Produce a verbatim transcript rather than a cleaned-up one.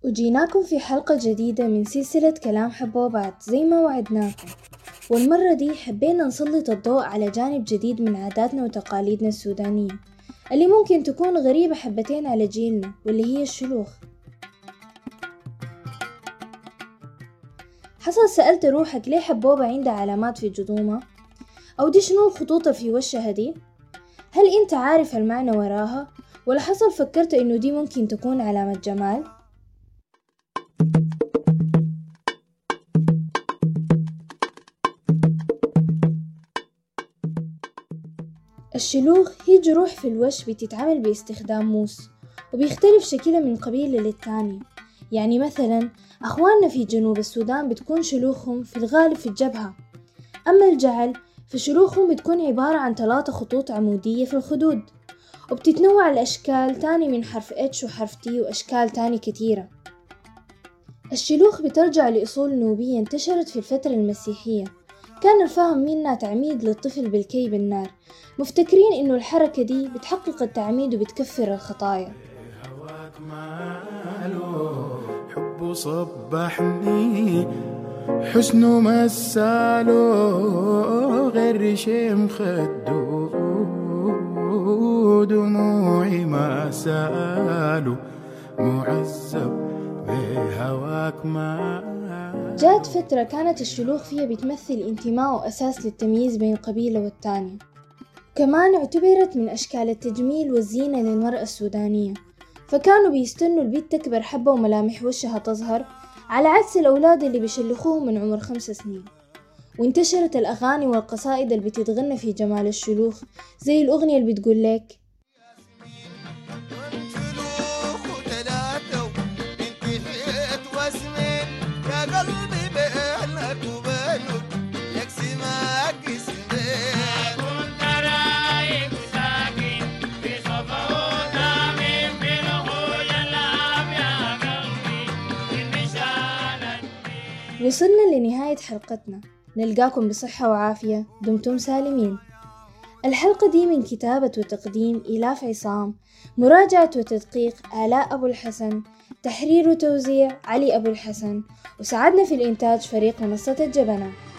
وجيناكم في حلقة جديدة من سلسلة كلام حبوبات زي ما وعدناكم، والمرة دي حبينا نسلط الضوء على جانب جديد من عاداتنا وتقاليدنا السودانية اللي ممكن تكون غريبة حبتين على جيلنا، واللي هي الشلوخ. حصل سألت روحك ليه حبوبة عندها علامات في جذومها؟ أو دي شنو الخطوط في وشها دي؟ هل انت عارف المعنى وراها؟ ولا حصل فكرت انه دي ممكن تكون علامة جمال؟ الشلوخ هي جروح في الوش بتتعمل باستخدام موس، وبيختلف شكلها من قبيلة للتانية. يعني مثلا أخواننا في جنوب السودان بتكون شلوخهم في الغالب في الجبهة، أما الجعل فشلوخهم بتكون عبارة عن ثلاثة خطوط عمودية في الخدود، وبتتنوع الأشكال تاني من حرف اتش وحرف تي وأشكال تاني كتيرة. الشلوخ بترجع لأصول نوبية انتشرت في الفترة المسيحية، كان الفهم منها تعميد للطفل بالكي بالنار، مفتكرين إنه الحركة دي بتحقق التعميد وبتكفر الخطايا. هواك ماله حبه صبحني حسنه مساله غير شيم خدو دموعي ما سالوا معذب بهواك ماله. جات فترة كانت الشلوخ فيها بتمثل انتماء وأساس للتمييز بين قبيلة والتانية، كمان اعتبرت من أشكال التجميل والزينة للمرأة السودانية، فكانوا بيستنوا البنت تكبر حبة وملامح وشها تظهر، على عكس الأولاد اللي بيشلخوهم من عمر خمس سنين. وانتشرت الأغاني والقصائد اللي بتتغنى في جمال الشلوخ، زي الأغنية اللي بتقول لك وصلنا لنهاية حلقتنا، نلقاكم بصحة وعافية، دمتم سالمين. الحلقة دي من كتابة وتقديم إلاف عصام، مراجعة وتدقيق آلاء أبو الحسن، تحرير وتوزيع علي أبو الحسن، وساعدنا في الإنتاج فريق منصة الجبنة.